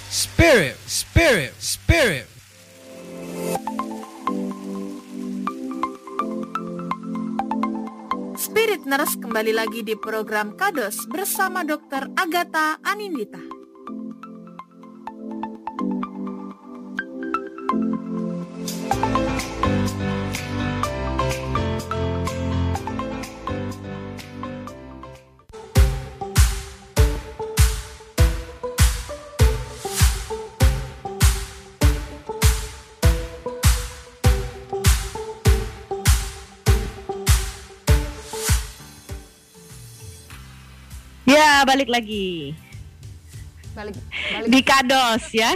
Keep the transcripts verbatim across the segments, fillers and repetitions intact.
Spirit, spirit, spirit. Spirit Nurse kembali lagi di program Kados bersama dokter Agatha Anindita. Ya, balik lagi. Balik, balik. Di Kados ya.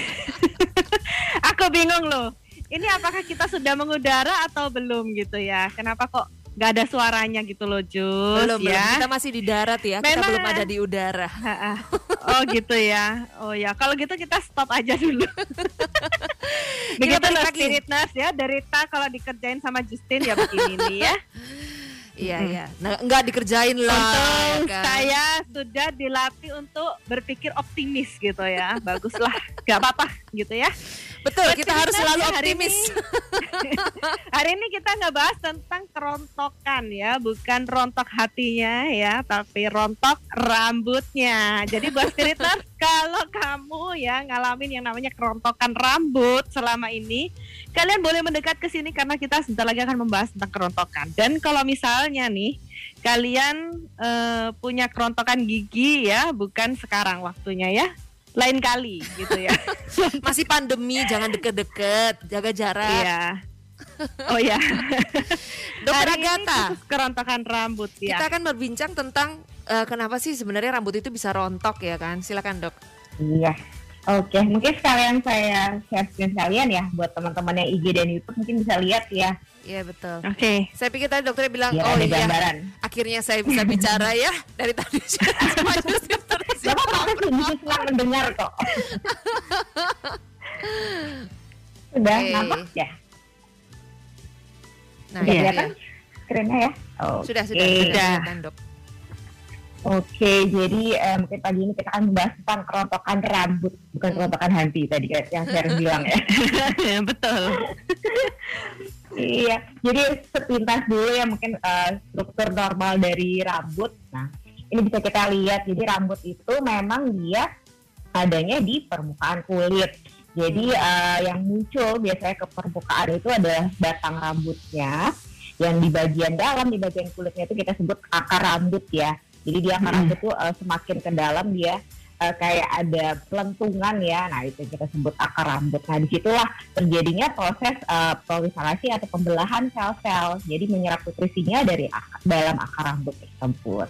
Aku bingung loh. Ini apakah kita sudah mengudara atau belum gitu ya? Kenapa kok nggak ada suaranya gitu loh, Jus? Belum, ya? belum. Kita masih di darat ya. Memang, kita belum ada di udara. Oh gitu ya. Oh ya, kalau gitu kita stop aja dulu. Begitu loh Spirit Nurse ya. Derita kalau dikerjain sama Justin ya begini nih ya. Iya, hmm. iya. Nah, enggak dikerjain lah. Untung kan? saya sudah dilatih untuk berpikir optimis gitu ya. Baguslah, gak apa-apa gitu ya. Betul, Buat kita harus selalu optimis. Hari ini, hari ini kita nggak bahas tentang kerontokan ya, bukan rontok hatinya ya, tapi rontok rambutnya. Jadi buat Spirit Nurse, kalau kamu ya ngalamin yang namanya kerontokan rambut selama ini, kalian boleh mendekat ke sini karena kita sebentar lagi akan membahas tentang kerontokan. Dan kalau misalnya nih kalian uh, punya kerontokan gigi ya, bukan sekarang waktunya ya, lain kali gitu ya. Masih pandemi, jangan deket-deket, jaga jarak. Iya. Oh ya. Dokter Hari Agatha, ini khusus kerontokan rambut ya. kita akan berbincang tentang uh, kenapa sih sebenarnya rambut itu bisa rontok ya kan? Silakan dok. Iya. Oke, mungkin sekalian saya share screen kalian ya buat teman-teman yang I G dan YouTube mungkin bisa lihat ya. Iya betul. Oke. Okay. Saya pikir tadi dokternya bilang, Biar oh ada iya, gambaran. akhirnya saya bisa bicara ya dari tadi. Gak apa-apa sih, bisa senang mendengar kok. Sudah okay. nampak ya? Nah, sudah iya, kelihatan iya. screen-nya ya? Oh, sudah, sudah, okay. sudah, kelihatan, dok. Oke, jadi eh, mungkin pagi ini kita akan membahas tentang kerontokan rambut, bukan hmm. kerontokan hati tadi kayak yang saya bilang ya. Betul. Iya, jadi sepintas dulu ya mungkin uh, struktur normal dari rambut. Nah, ini bisa kita lihat, jadi rambut itu memang dia adanya di permukaan kulit. Jadi uh, yang muncul biasanya ke permukaan itu adalah batang rambutnya, yang di bagian dalam, di bagian kulitnya itu kita sebut akar rambut ya. Jadi dia akar rambut itu uh, semakin ke dalam dia uh, kayak ada pelentungan ya. Nah itu kita sebut akar rambut. Nah disitulah terjadinya proses uh, proliferasi atau pembelahan sel-sel. Jadi menyerap nutrisinya dari ak- dalam akar rambut tersebut.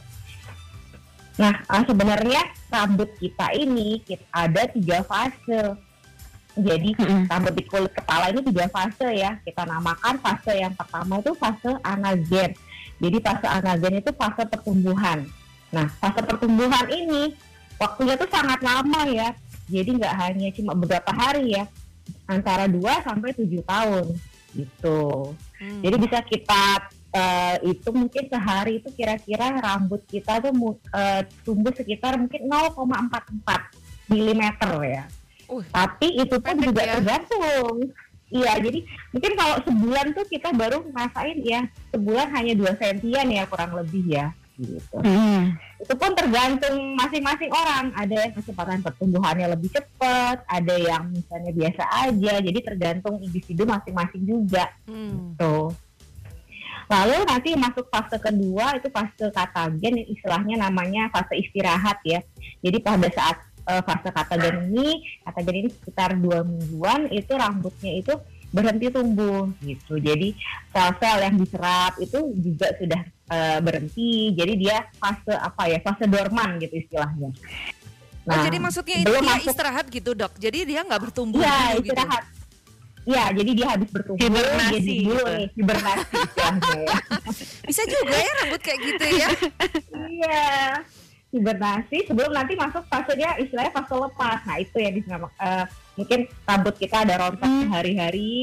Nah uh, sebenarnya rambut kita ini kita ada tiga fase. Jadi mm-hmm. rambut di kulit kepala ini tiga fase ya. Kita namakan fase yang pertama itu fase anagen. Jadi fase anagen itu fase pertumbuhan. Nah, fase pertumbuhan ini waktunya tuh sangat lama ya. Jadi nggak hanya cuma beberapa hari ya, antara dua sampai tujuh tahun gitu. Hmm. Jadi bisa kita uh, itu mungkin sehari itu kira-kira rambut kita tuh uh, tumbuh sekitar mungkin nol koma empat empat milimeter ya. Uh, Tapi itu pun juga ya. tergantung. Iya, jadi mungkin kalau sebulan tuh kita baru ngerasain ya, sebulan hanya dua sentian ya kurang lebih ya. Gitu. Hmm. Itu pun tergantung masing-masing orang. Ada yang kecepatan pertumbuhannya lebih cepat, ada yang misalnya biasa aja. Jadi tergantung individu masing-masing juga. Hmm. Gitu. Lalu nanti masuk fase kedua itu fase katagen, istilahnya namanya fase istirahat ya. Jadi pada saat uh, fase katagen ini, katagen ini sekitar dua mingguan itu rambutnya itu berhenti tumbuh gitu. Jadi sel-sel yang diserap itu juga sudah uh, berhenti. Jadi dia fase apa ya? Fase dorman gitu istilahnya. Nah, oh, jadi maksudnya itu dia masuk, istirahat gitu dok. Jadi dia nggak bertumbuh ya, dulu istirahat. gitu. Ya, jadi dia habis bertumbuh. Hibernasi jadi dulu gitu. nih, hibernasi istilahnya ya. Bisa juga ya rambut kayak gitu ya. Iya. Hibernasi sebelum nanti masuk fasenya istilahnya fase lepas. Nah itu yang disebut uh, mungkin rambut kita ada rontok hmm. sehari-hari,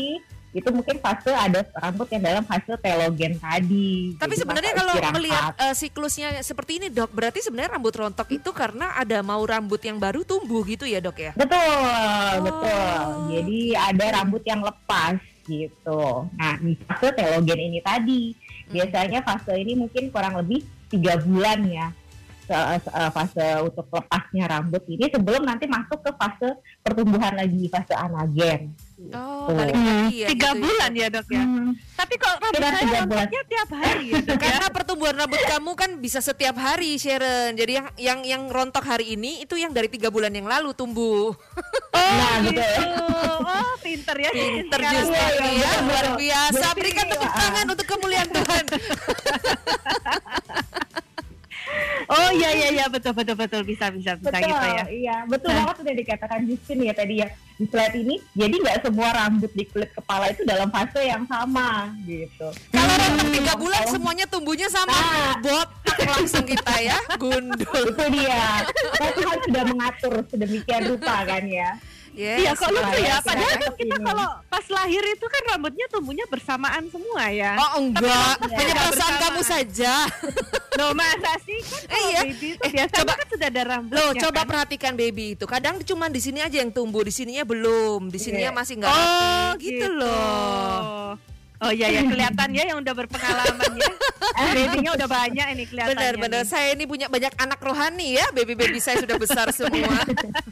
itu mungkin fase ada rambut yang dalam fase telogen tadi. Tapi Jadi sebenarnya masa kalau istirahat. melihat uh, siklusnya seperti ini dok, berarti sebenarnya rambut rontok itu karena ada mau rambut yang baru tumbuh gitu ya dok ya? Betul, Oh. betul. Jadi ada rambut yang lepas gitu. Nah, di fase telogen ini tadi, biasanya fase ini mungkin kurang lebih tiga bulan ya. Se- se- fase untuk lepasnya rambut ini sebelum nanti masuk ke fase pertumbuhan lagi, fase anagen. Oh, Tuh. balik lagi ya. Tiga gitu ya. bulan ya dok ya. Hmm. Tapi kok rambut Kira saya tiga bulan. rontoknya tiap hari ya dok ya. Karena pertumbuhan rambut kamu kan bisa setiap hari, Sharon. Jadi yang yang yang rontok hari ini itu yang dari tiga bulan yang lalu tumbuh. Oh Nah, gitu. betul. Oh pinter ya. Pinter Sekarang justru iya, iya, ya, betul. luar biasa. Jadi, Berikan tepuk ah. tangan untuk kemuliaan Tuhan. Oh iya iya iya betul betul betul bisa bisa bisa Betul, gitu ya. iya, betul banget udah dikatakan Justin ya tadi ya di slide ini. Jadi nggak semua rambut di kulit kepala itu dalam fase yang sama gitu. Kalau rontok Hmm, tiga bulan kalau- semuanya tumbuhnya sama, Ah. botak langsung kita ya, gundul. itu dia. Kan Tuhan sudah mengatur sedemikian rupa kan ya. Yes, Iya kok lucu ya. Supaya Padahal kita kan kita ini. kalau pas lahir itu kan rambutnya tumbuhnya bersamaan semua ya. Oh enggak, Tapi hanya nggak perasaan bersamaan. kamu saja. Loh masa sih kan kalau Iya. baby itu Eh, biasanya coba- kan sudah ada rambutnya. Loh, coba kan? perhatikan baby itu. Kadang cuma di sini aja yang tumbuh, di sininya belum, di sininya Iya. masih enggak Oh rapi. gitu, gitu loh. Oh iya ya kelihatan ya yang udah berpengalaman ya. Babynya udah banyak ini kelihatannya. Benar-benar nih. saya ini punya banyak anak rohani ya, baby-baby saya sudah besar semua.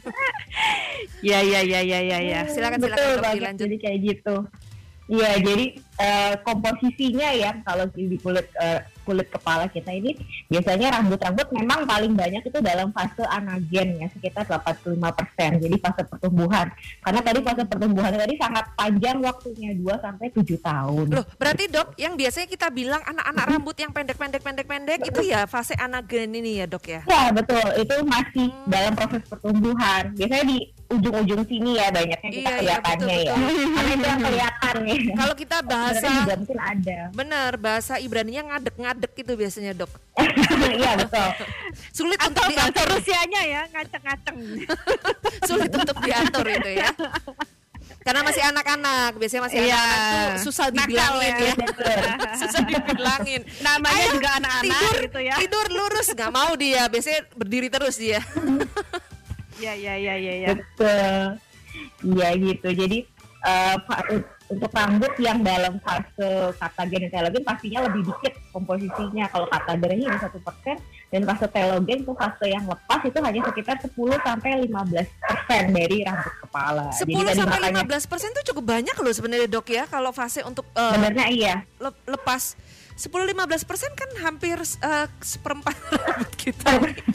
Iya iya iya iya iya. Ya. Silakan, Betul silakan, Dok, banget, dilanjut. jadi kayak gitu. Iya, jadi eh, komposisinya ya kalau di kulit eh, kulit kepala kita ini biasanya rambut-rambut memang paling banyak itu dalam fase anagen ya sekitar delapan puluh lima persen. Jadi fase pertumbuhan. Karena tadi fase pertumbuhan tadi sangat panjang waktunya dua sampai tujuh tahun. Loh, berarti Dok, yang biasanya kita bilang anak-anak rambut yang pendek-pendek pendek-pendek itu ya fase anagen ini ya, Dok ya? Ya betul, itu masih dalam proses pertumbuhan. Biasanya di ujung-ujung sini ya banyaknya kita Iya, iya, kelihatannya ya. betul-betul. Karena itu yang kelihatan ya. Kalau kita bahasa Sebenarnya juga mungkin ada. benar, bahasa Ibraninya ngadek-ngadek gitu biasanya, Dok. Iya betul. Sulit untuk Atau bahasa diatur, Rusianya ya ngaceng-ngaceng. sulit untuk diatur itu ya. Karena masih anak-anak, biasanya masih Iya. anak-anak tuh susah Nakal dibilangin ya. ya. Susah dibilangin. Namanya Ayo, juga anak-anak tidur, gitu ya. tidur lurus nggak mau dia, biasanya berdiri terus dia. Iya iya iya iya ya. Betul. Iya gitu. Jadi eh, fa- untuk rambut yang dalam fase katagen dan telogen pastinya lebih dikit komposisinya. Kalau katagennya ini satu persen dan fase telogen itu fase yang lepas itu hanya sekitar sepuluh sampai lima belas persen dari rambut kepala. Jadi sepuluh tadi sampai makanya lima belas persen tuh cukup banyak loh sebenarnya, Dok ya, kalau fase untuk eh, sebenarnya iya. le- lepas sepuluh sampai lima belas persen kan hampir eh, seperempat rambut kita.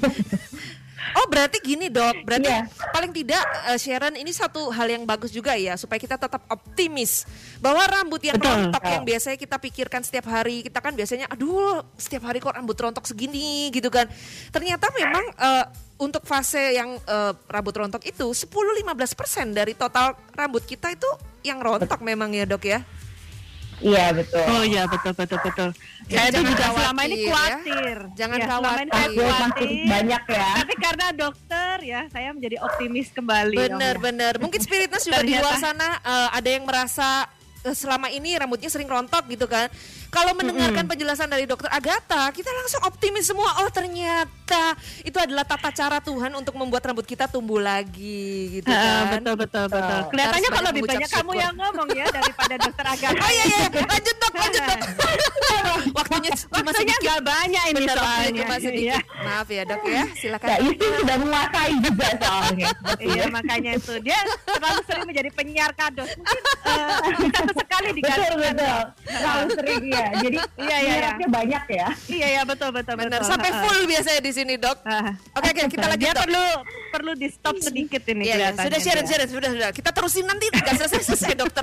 Oh berarti gini, Dok, berarti Iya. paling tidak eh, Sharon ini satu hal yang bagus juga ya supaya kita tetap optimis bahwa rambut yang Betul. rontok yang biasanya kita pikirkan setiap hari, kita kan biasanya aduh setiap hari kok rambut rontok segini gitu kan. Ternyata memang eh, untuk fase yang eh, rambut rontok itu sepuluh sampai lima belas persen dari total rambut kita itu yang rontok memang ya, Dok ya. Iya betul. Oh iya betul betul betul. Ya, Saya tuh jangan juga khawatir selama ini ya. khawatir. Jangan Ya, selama ini khawatir. saya Takut makin khawatir. banyak ya. Tapi karena dokter ya, saya menjadi optimis kembali. Bener Om, ya. bener. Mungkin Spiritness juga di Ternyata. luar sana eh, ada yang merasa eh, selama ini rambutnya sering rontok gitu kan. Kalau mendengarkan penjelasan dari Dokter Agatha, kita langsung optimis semua. Oh ternyata itu adalah tata cara Tuhan untuk membuat rambut kita tumbuh lagi gitu Ah, kan. betul betul betul. Kelihatannya Harus kalau banyak lebih mengucap banyak kamu syukur. yang ngomong ya daripada dokter Agatha. Oh iya iya, lanjut Dok, lanjut Dok. Waktunya cuma Waktunya sedikit. nggak banyak ini Bener, waktunya soalnya. cuma Iya. sedikit. Maaf ya Dok ya, silakan. Ya itu sudah menguasai juga soalnya. Iya makanya itu dia terlalu sering menjadi penyiar kados. Mungkin eh, bisa sesekali Betul digantikan. betul. Terlalu sering ya. Jadi Iya, iya, iya. penyerapnya banyak ya. Iya iya betul betul Bener, betul. sampai Ah, full biasanya di sini Dok. ah. Oke oke, kita lanjut Dia Dok. perlu perlu di stop sedikit ini Iya, iya. kelihatannya. Sudah Sharon, dia. Sharon, sudah, sudah. Kita terusin nanti nggak selesai-selesai dokter.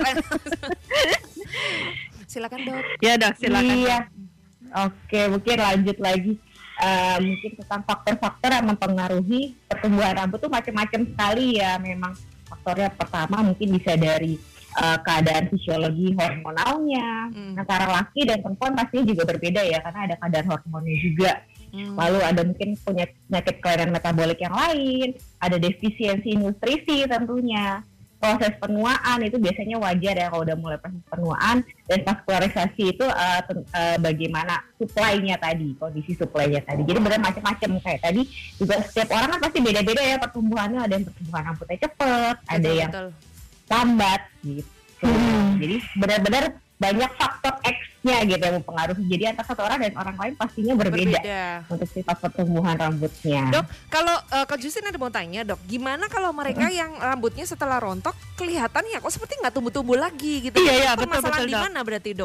Silakan Dok. Ya dok silakan. Iya. Oke, mungkin lanjut lagi. Eh, mungkin tentang faktor-faktor yang mempengaruhi pertumbuhan rambut tuh macam-macam sekali ya. Memang faktornya pertama mungkin bisa dari eh, keadaan fisiologi hormonalnya. Hmm. Antara laki dan perempuan pastinya juga berbeda ya, karena ada kadar hormonnya juga. Hmm. Lalu ada mungkin punya penyakit kelainan metabolik yang lain, ada defisiensi nutrisi tentunya. proses penuaan itu biasanya wajar ya kalau udah mulai proses penuaan, dan vaskularisasi itu uh, ten- uh, bagaimana supply-nya tadi, kondisi supply-nya tadi. Jadi benar macam-macam kayak tadi juga setiap orang kan pasti beda-beda ya pertumbuhannya, ada yang pertumbuhan rambutnya cepat, ada Betul, yang betul. lambat gitu. Hmm. Jadi benar-benar banyak faktor X-nya gitu yang mempengaruhi. Jadi antara satu orang dan orang lain pastinya berbeda, Berbeda. untuk sifat pertumbuhan rambutnya. Dok, kalau uh, Kak Justin ada mau tanya dok, gimana kalau mereka Hmm. yang rambutnya setelah rontok kelihatannya kok seperti nggak tumbuh-tumbuh lagi gitu? Iya, iya, Itu betul, permasalahan betul, di Dok. mana berarti dok?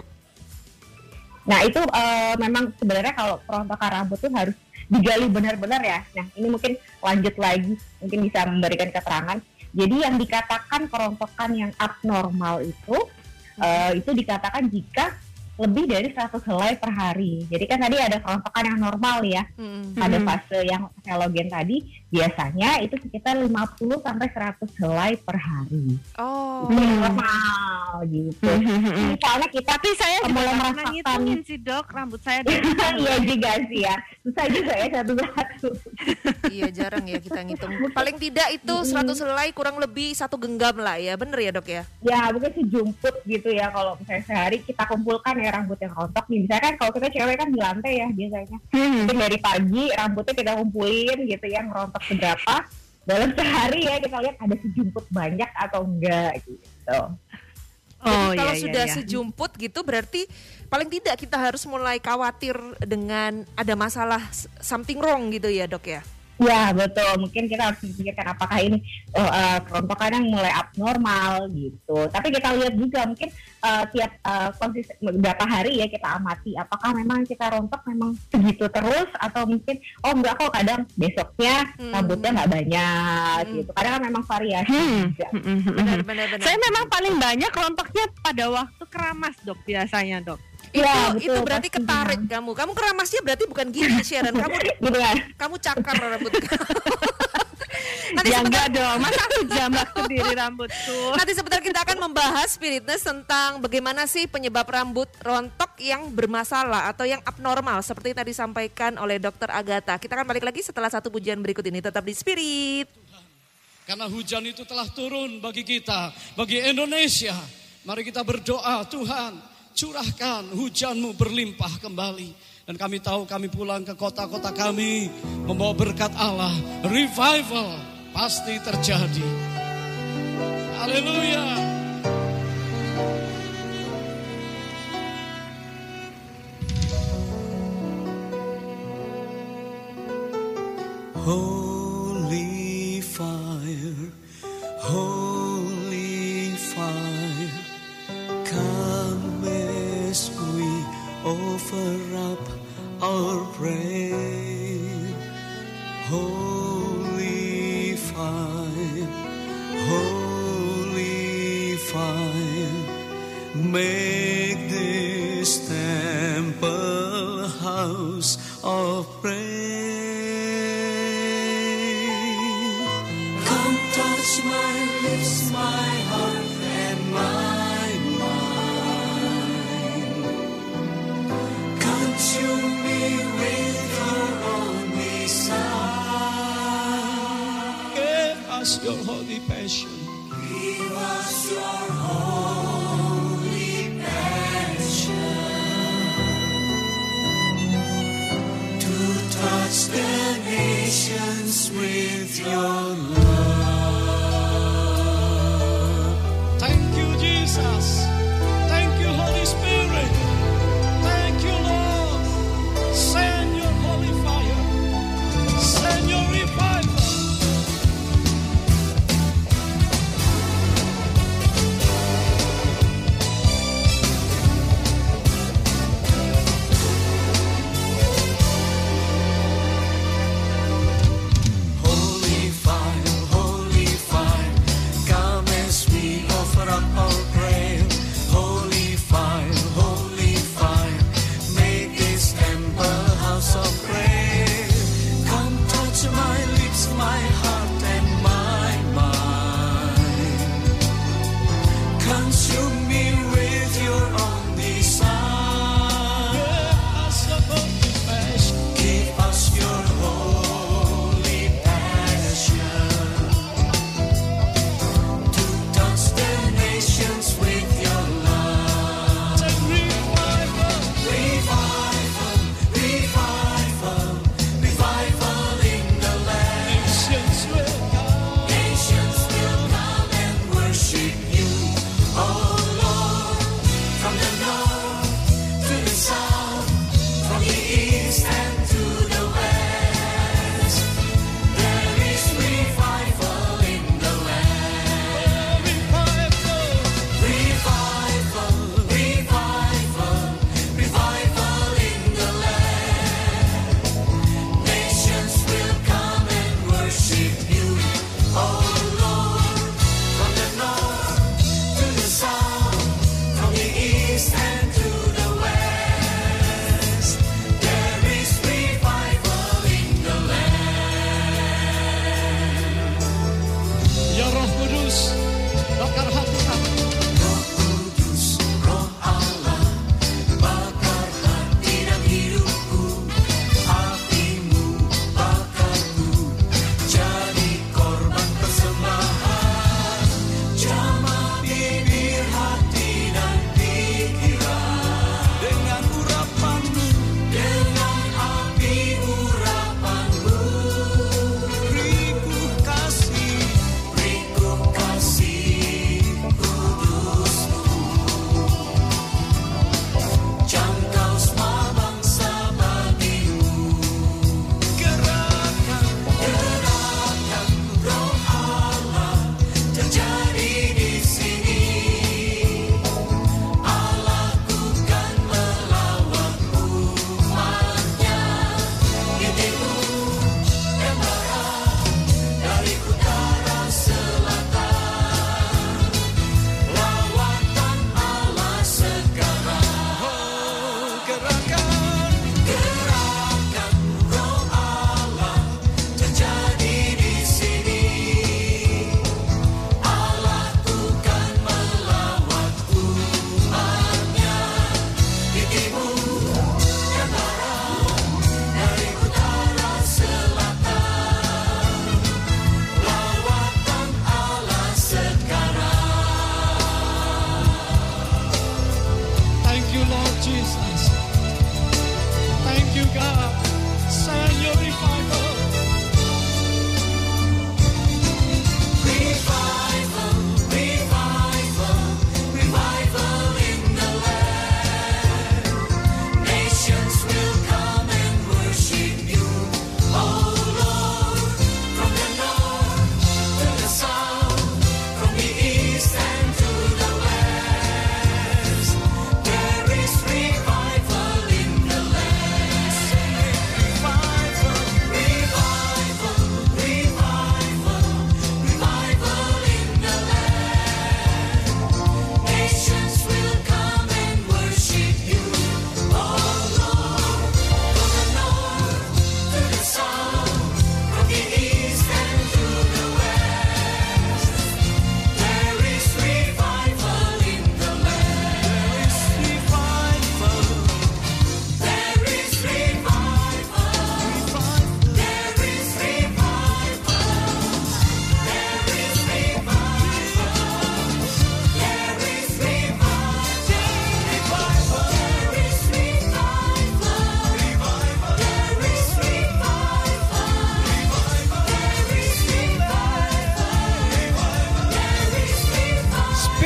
Nah itu uh, memang sebenarnya kalau perontokan rambut itu harus digali benar-benar ya. Nah ini mungkin lanjut lagi, mungkin bisa memberikan keterangan. Jadi yang dikatakan perontokan yang abnormal itu, uh, itu dikatakan jika lebih dari seratus helai per hari. Jadi kan tadi ada kerontokan yang normal ya, Hmm. ada Hmm. fase yang telogen tadi, biasanya itu sekitar lima puluh sampai seratus helai per hari. Oh. Itu yang normal gitu. Misalnya kita Tapi saya juga mulai nggak pernah merasakan, ngitungin sih dok, rambut saya dari iya juga sih ya, susah juga ya satu-satu. Iya jarang ya kita ngitung. Paling tidak itu seratus helai kurang lebih satu genggam lah ya, bener ya dok ya? Ya mungkin sejumput gitu ya, kalau misalnya sehari kita kumpulkan ya rambut yang rontok nih. Misalnya kan kalau kita cewek kan di lantai ya biasanya, mungkin dari pagi rambutnya kita kumpulin gitu ya, ngerontok seberapa, dalam sehari ya kita lihat ada sejumput banyak atau enggak gitu. Oh Jadi kalau iya, sudah iya, iya. sejumput gitu berarti paling tidak kita harus mulai khawatir dengan ada masalah s- something wrong gitu ya dok ya? Ya betul, mungkin kita harus memikirkan apakah ini oh, uh, kerontokan yang mulai abnormal gitu. Tapi kita lihat juga mungkin uh, tiap uh, konsisten berapa hari ya kita amati apakah memang kita rontok memang segitu terus, atau mungkin oh enggak kok kadang besoknya Hmm. rambutnya nggak banyak Hmm. gitu. Kadang kan memang variasi Hmm. juga. Benar benar benar. Saya memang paling banyak rontoknya pada waktu keramas dok biasanya dok. Itu Ya, itu betul, berarti pastinya. ketarik kamu. Kamu keramasnya berarti bukan gini Sharon. Kamu Gitu kan? kamu cakar rambut. Nanti Ya sebentar, enggak dong, masa aku jambak sendiri rambutku. nanti sebentar kita akan membahas Spiritness tentang bagaimana sih penyebab rambut rontok yang bermasalah atau yang abnormal seperti tadi disampaikan oleh Dokter Agatha. Kita akan balik lagi setelah satu pujian berikut ini, tetap di Spirit. Karena hujan itu telah turun bagi kita, bagi Indonesia. Mari kita berdoa, Tuhan curahkan hujan-Mu berlimpah kembali. Dan kami tahu kami pulang ke kota-kota kami membawa berkat Allah. Revival pasti terjadi. Haleluya. Holy fire, holy fire, come as we offer up our prayer. Holy fire, holy fire, make this temple house of prayer. Come touch my lips, my heart and my mind. Consume me with your only Son. Give us your holy passion. Give us your holy passion to touch the nations with your love. Thank you, Jesus. Thank you, Holy Spirit. Thank you, Lord. Send your holy fire. Send your revival. Holy fire, holy fire, come as we offer up our prayer.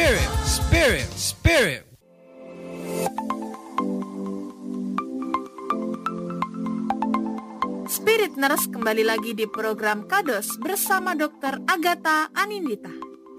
spirit, spirit, spirit. Spirit Nurse kembali lagi di program Kados bersama dokter Agatha Anindita.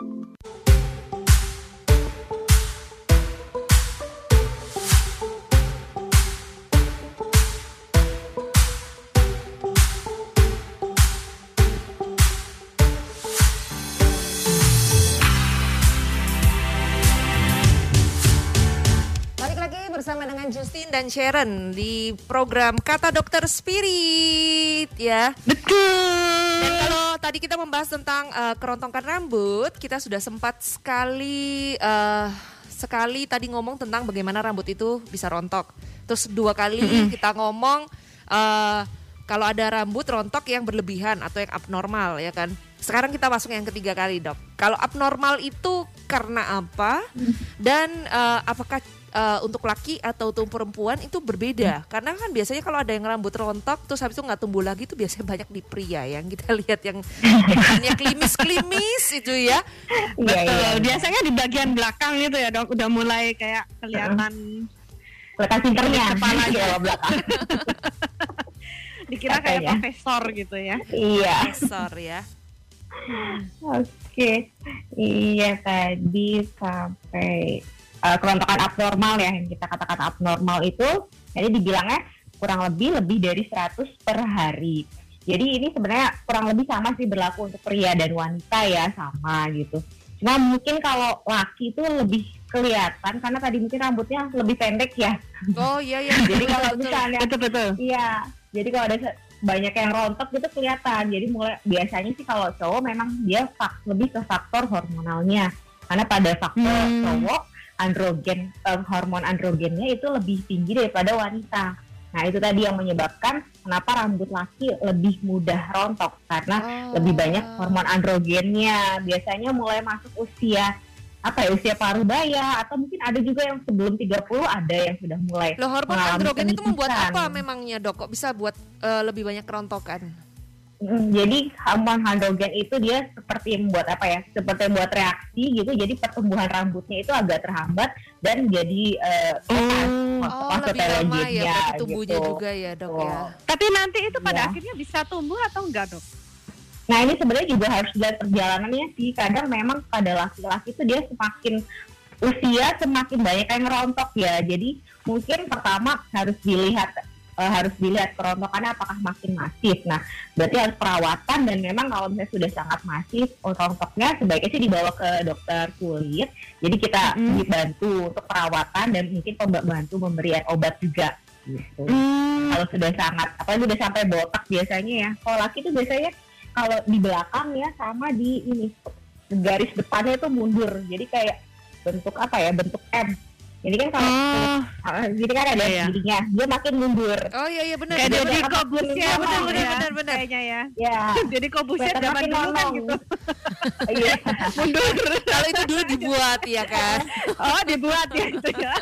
Bersama dengan Justin dan Sharon di program Kata Dokter Spirit ya. Betul. Dan kalau tadi kita membahas tentang uh, kerontokan rambut, kita sudah sempat sekali uh, sekali tadi ngomong tentang bagaimana rambut itu bisa rontok. Terus dua kali mm-hmm. kita ngomong uh, kalau ada rambut rontok yang berlebihan atau yang abnormal ya kan. Sekarang kita masuk yang ketiga kali, Dok. Kalau abnormal itu karena apa? Dan uh, apakah Uh, untuk laki atau untuk perempuan itu berbeda, hmm. karena kan biasanya kalau ada yang rambut rontok terus habis itu nggak tumbuh lagi itu biasanya banyak di pria yang kita lihat yang bahannya klimis-klimis itu ya. Betul. Ya, ya. Biasanya di bagian belakang itu ya Dok, udah mulai kayak kelihatan kelihatan pinternya kepala di belakang. Dikira kayak Katanya. profesor gitu ya. Iya. Profesor ya. Oke, okay. Iya tadi sampai Uh, kerontokan abnormal ya, yang kita katakan abnormal itu jadi dibilangnya kurang lebih lebih dari seratus per hari. Jadi ini sebenarnya kurang lebih sama sih berlaku untuk pria dan wanita ya, sama gitu. Cuma mungkin kalau laki itu lebih kelihatan karena tadi mungkin rambutnya lebih pendek ya. Oh iya iya. Jadi kalau misalnya betul-betul. Iya. Jadi kalau ada banyak yang rontok gitu kelihatan. Jadi mulai biasanya sih kalau cowok memang dia fak, lebih ke faktor hormonalnya. Karena pada faktor hmm. cowok androgen, um, hormon androgennya itu lebih tinggi daripada wanita. Nah itu tadi yang menyebabkan kenapa rambut laki lebih mudah rontok karena oh. lebih banyak hormon androgennya. Biasanya mulai masuk usia apa ya usia parubaya atau mungkin ada juga yang sebelum tiga puluh ada yang sudah mulai. Loh, hormon androgen itu membuat apa memangnya Dok? Kok bisa buat uh, lebih banyak kerontokan? Hmm, jadi hormon androgen itu dia seperti membuat apa ya? Seperti membuat reaksi gitu. Jadi pertumbuhan rambutnya itu agak terhambat dan jadi uh, oh, oh lebih lama ya tumbuhnya gitu. Juga ya Dok oh. ya. Tapi nanti itu pada ya. akhirnya bisa tumbuh atau enggak Dok? Nah ini sebenarnya juga harus dilihat perjalanannya sih. Kadang memang pada laki-laki itu dia semakin usia semakin banyak yang rontok ya. Jadi mungkin pertama harus dilihat Uh, harus dilihat kerontokannya apakah makin masif. Nah, berarti harus perawatan dan memang kalau misalnya sudah sangat masif rontoknya sebaiknya sih dibawa ke dokter kulit. Jadi kita mm. dibantu untuk perawatan dan mungkin membantu memberikan obat juga. Gitu. Mm. Kalau sudah sangat, apalagi sudah sampai botak biasanya ya. Kalau laki itu biasanya kalau di belakang ya sama di ini garis depannya itu mundur. Jadi kayak bentuk apa ya? Bentuk M. Jadi kan kalau oh. uh, jadi kan ada iya. Dirinya, dia makin mundur. Oh iya iya benar. Kayak jadi kobusnya benar benar benar benar kayaknya ya. Ya. Jadi kobusnya zaman dulu kan gitu. Iya. Mundur. Kalau itu dulu dibuat ya kan. Oh dibuat ya itu ya.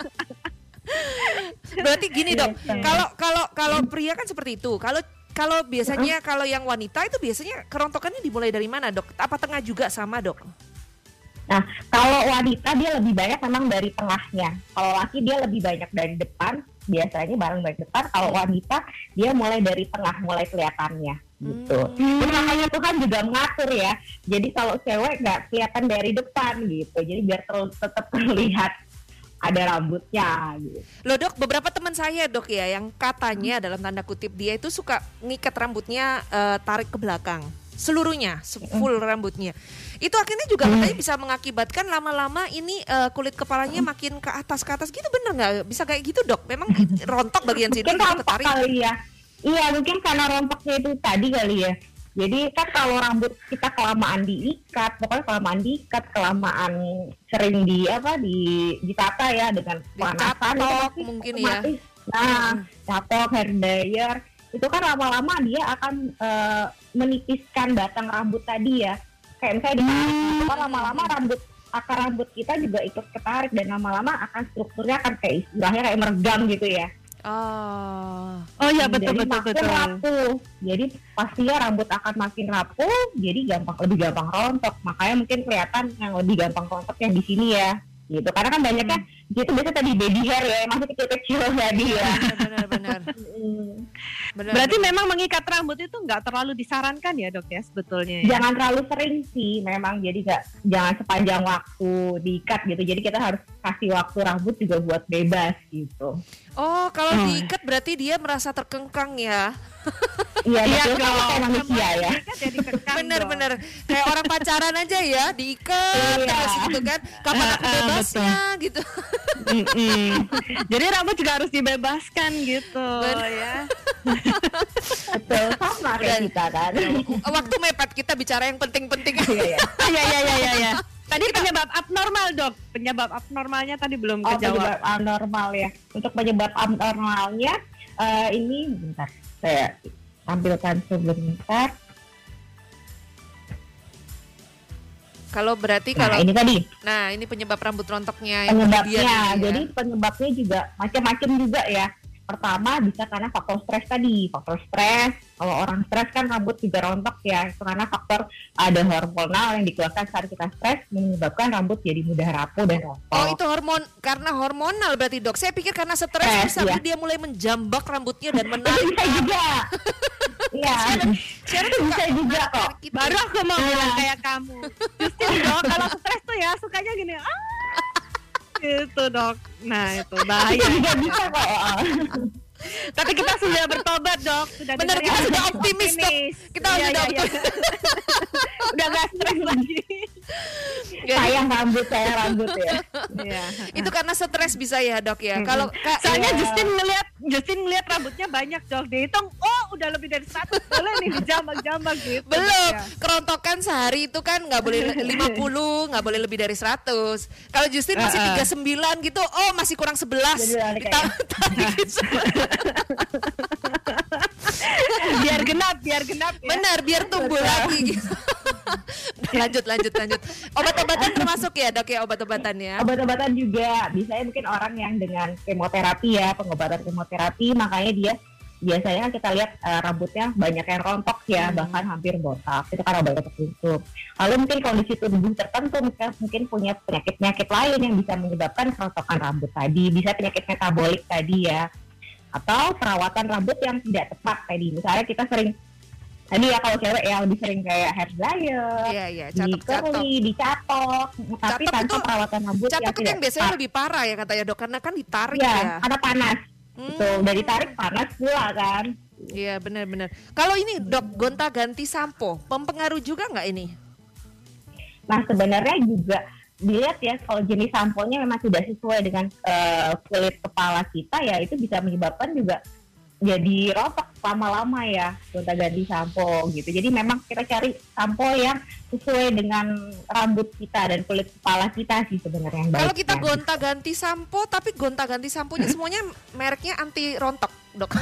Berarti gini Dok, kalau kalau kalau pria kan seperti itu. Kalau kalau biasanya kalau yang wanita itu biasanya kerontokannya dimulai dari mana Dok? Apa tengah juga sama Dok? Nah, kalau wanita dia lebih banyak memang dari tengahnya. Kalau laki dia lebih banyak dari depan, biasanya bareng dari depan. Kalau wanita dia mulai dari tengah, mulai kelihatannya gitu. Hmm. Jadi makanya Tuhan juga mengatur ya. Jadi kalau cewek nggak kelihatan dari depan gitu. Jadi biar ter- tetap terlihat ada rambutnya gitu. Loh Dok, beberapa teman saya Dok ya yang katanya hmm. dalam tanda kutip dia itu suka ngikat rambutnya uh, tarik ke belakang. Seluruhnya, full mm. rambutnya. Itu akhirnya juga mm. katanya bisa mengakibatkan lama-lama ini uh, kulit kepalanya makin ke atas ke atas gitu, bener nggak? Bisa kayak gitu Dok? Memang rontok bagian situ gitu ketarik? Kali ya. Iya mungkin karena rontoknya itu tadi kali ya. Jadi kan kalau rambut kita kelamaan diikat, pokoknya kelamaan diikat, kelamaan sering di apa di ditata ya dengan pemanasan itu mungkin ya. Nah, catok, hair dryer itu kan lama-lama dia akan uh, menipiskan batang rambut tadi ya. Kayak misalnya ditarik, hmm. itu kan lama-lama rambut akar rambut kita juga ikut ketarik dan lama-lama akan strukturnya akan kayak istilahnya kayak meregang gitu ya. Oh. Oh ya betul jadi betul makin betul. rapuh. Jadi pastinya rambut akan makin rapuh, jadi gampang lebih gampang rontok. Makanya mungkin kelihatan yang lebih gampang rontok yang di sini ya. Gitu. Karena kan banyaknya Hmm. gitu biasa tadi baby hair ya, yang masih kecil-kecil tadi ya. Benar-benar. Mm. Berarti memang mengikat rambut itu nggak terlalu disarankan ya dok ya sebetulnya ya? Jangan terlalu sering sih, memang jadi gak, jangan sepanjang waktu diikat gitu. Jadi kita harus kasih waktu rambut juga buat bebas gitu. Oh, kalau Hmm. diikat berarti dia merasa terkengkang ya. Iya, Iya betul, sama kayak manusia ya. Kan jadi kekang Bener-bener kayak orang pacaran aja ya, diikat Iya. terus gitu kan. Kapan aku Ah, ah, bebasnya gitu. dong. Mm-mm. Jadi rambut juga harus dibebaskan gitu Bener. ya. Betul, sama kayak Udah. kita kan. Waktu mepet kita bicara yang penting-penting. Iya, iya. Ah, ya ya ya ya ya. Tadi penyebab abnormal dok. Penyebab abnormalnya tadi belum Oh, kejawab. penyebab abnormal ya. Untuk penyebab abnormalnya eh, ini bentar saya tampilkan sebentar. Kalau berarti Nah, kalau ini tadi nah ini penyebab rambut rontoknya yang penyebabnya. kemudian ini ya. Jadi penyebabnya juga macam-macam juga ya. Pertama bisa karena faktor stres tadi. Faktor stres, kalau orang stres kan rambut juga rontok ya. Itu karena faktor ada hormonal yang dikeluarkan saat kita stres menyebabkan rambut jadi mudah rapuh dan rontok. Oh itu hormon karena hormonal berarti dok. Saya pikir karena stres Stres, bisa iya. dia mulai menjambak rambutnya dan Itu menarik. bisa juga. Iya. Sharon Itu suka bisa juga kok. menarik gitu. Baru aku mau Ah. bilang kayak kamu. Justru dok kalau stres tuh ya sukanya gini. Ah, gitu dok. Nah itu bahaya. Itu juga bisa kok. Tapi kita sudah bertobat dok. Sudah Benar, dengar kita yang sudah optimis, Dok. Kita Iya, sudah iya, iya. Udah gak stres lagi. Sayang rambut, saya rambut ya. Iya. Itu karena stres bisa ya dok ya. Kalau Kak- Soalnya Iya. Justin ngeliat Justin ngeliat rambutnya banyak dok. Dihitung, oh udah lebih dari seratus. Boleh nih dijambak-jambak gitu. belum Ya. kerontokan sehari itu kan nggak boleh lima puluh, nggak boleh lebih dari seratus. Kalau Justin masih Uh-uh. tiga puluh sembilan gitu, oh masih kurang sebelas. Jadi tarik Biar genap, biar genap ya. Benar, biar tumbuh lagi gitu. lanjut, lanjut, lanjut. Obat-obatan termasuk ya dok ya obat-obatannya. Obat-obatan juga, biasanya mungkin orang yang dengan kemoterapi ya, pengobatan kemoterapi, makanya dia biasanya kan kita lihat eh, rambutnya banyak yang rontok ya, Hmm. bahkan hampir botak. Itu karena obat tertentu. Lalu mungkin kondisi tubuh tertentu, mungkin, mungkin punya penyakit-penyakit lain yang bisa menyebabkan kerontokan rambut tadi. Bisa penyakit metabolik tadi ya, atau perawatan rambut yang tidak tepat tadi. Misalnya kita sering tadi ya kalau cewek ya lebih sering kayak hair dryer, Iya, iya, di catok-catok. curly, dicatok, tapi Catok tanpa itu- perawatan rambut Catok yang itu tidak yang biasanya tepat. lebih parah ya katanya dok, karena kan ditarik Iya, ya. karena panas. Hmm. Betul, dari tarik panas pula kan. Iya benar-benar. Kalau ini dok gonta-ganti sampo, mempengaruhi juga nggak ini? Nah sebenarnya juga dilihat ya kalau jenis samponya memang tidak sesuai dengan eh, kulit kepala kita ya, itu bisa menyebabkan juga jadi rontok lama-lama ya, gonta-ganti sampo gitu. Jadi memang kita cari sampo yang sesuai dengan rambut kita dan kulit kepala kita sih sebenarnya yang baik. Kalau kita ya. gonta-ganti sampo, tapi gonta-ganti samponya semuanya mereknya anti rontok, dok.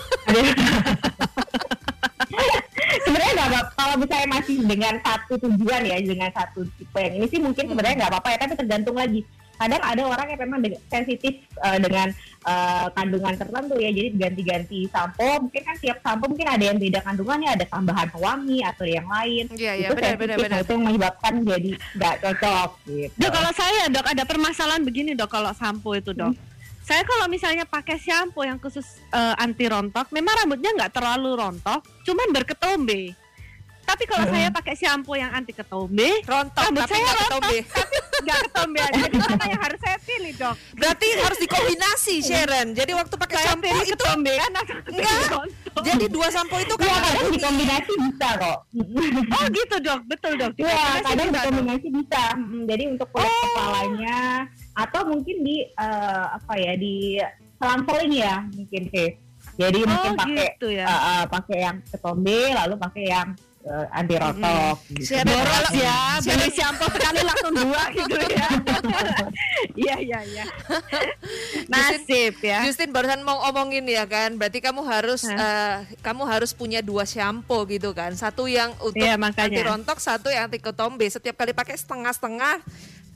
Sebenarnya nggak apa, kalau misalnya masih dengan satu tujuan ya, dengan satu tipe yang ini sih mungkin sebenarnya nggak apa-apa ya, tapi tergantung lagi. Kadang ada orang yang memang de- sensitif eh, dengan eh, kandungan tertentu ya, jadi ganti-ganti sampo, mungkin kan tiap sampo mungkin ada yang beda kandungannya, ada tambahan pewangi atau yang lain. Iya, iya, Itu benar, sensitif, benar, nah, benar. itu yang menyebabkan jadi nggak cocok gitu. Dok kalau saya dok ada permasalahan begini dok kalau sampo itu dok. Saya kalau misalnya pakai shampoo yang khusus eh, anti rontok, memang rambutnya nggak terlalu rontok, cuman berketombe. Tapi kalau Hmm. saya pakai shampoo yang anti ketombe, Rontok rambut tapi saya nggak rontok, ketombe. tapi nggak ketombe aja. Jadi mana yang harus saya pilih dok? Berarti harus dikombinasi Sharon. Jadi waktu pakai Saya sampo pilih itu ketombean atau enggak. pilih rontok? Jadi dua sampo itu Iya, kan kadang dikombinasi bisa kok. Oh gitu dok, betul dok. Iya, Dikombinasi kadang bisa, Dok. dikombinasi bisa. Mm, Jadi untuk kulit Oh. kepalanya atau mungkin di eh, apa ya di selang-seling ya mungkin sih. Jadi mungkin Oh pakai gitu ya. eh, eh, pakai yang ketombe lalu pakai yang eh, anti rontok. Gitu. Sharon, Boros kalau- ya, Sharon- beli shampoo sekali langsung dua gitu ya. Iya iya iya. Nasib ya. Justin barusan mau omongin ya kan, berarti kamu harus Hah? eh, kamu harus punya dua shampoo gitu kan, satu yang untuk Iya, makanya. anti rontok, satu yang anti ketombe. Setiap kali pakai setengah-setengah,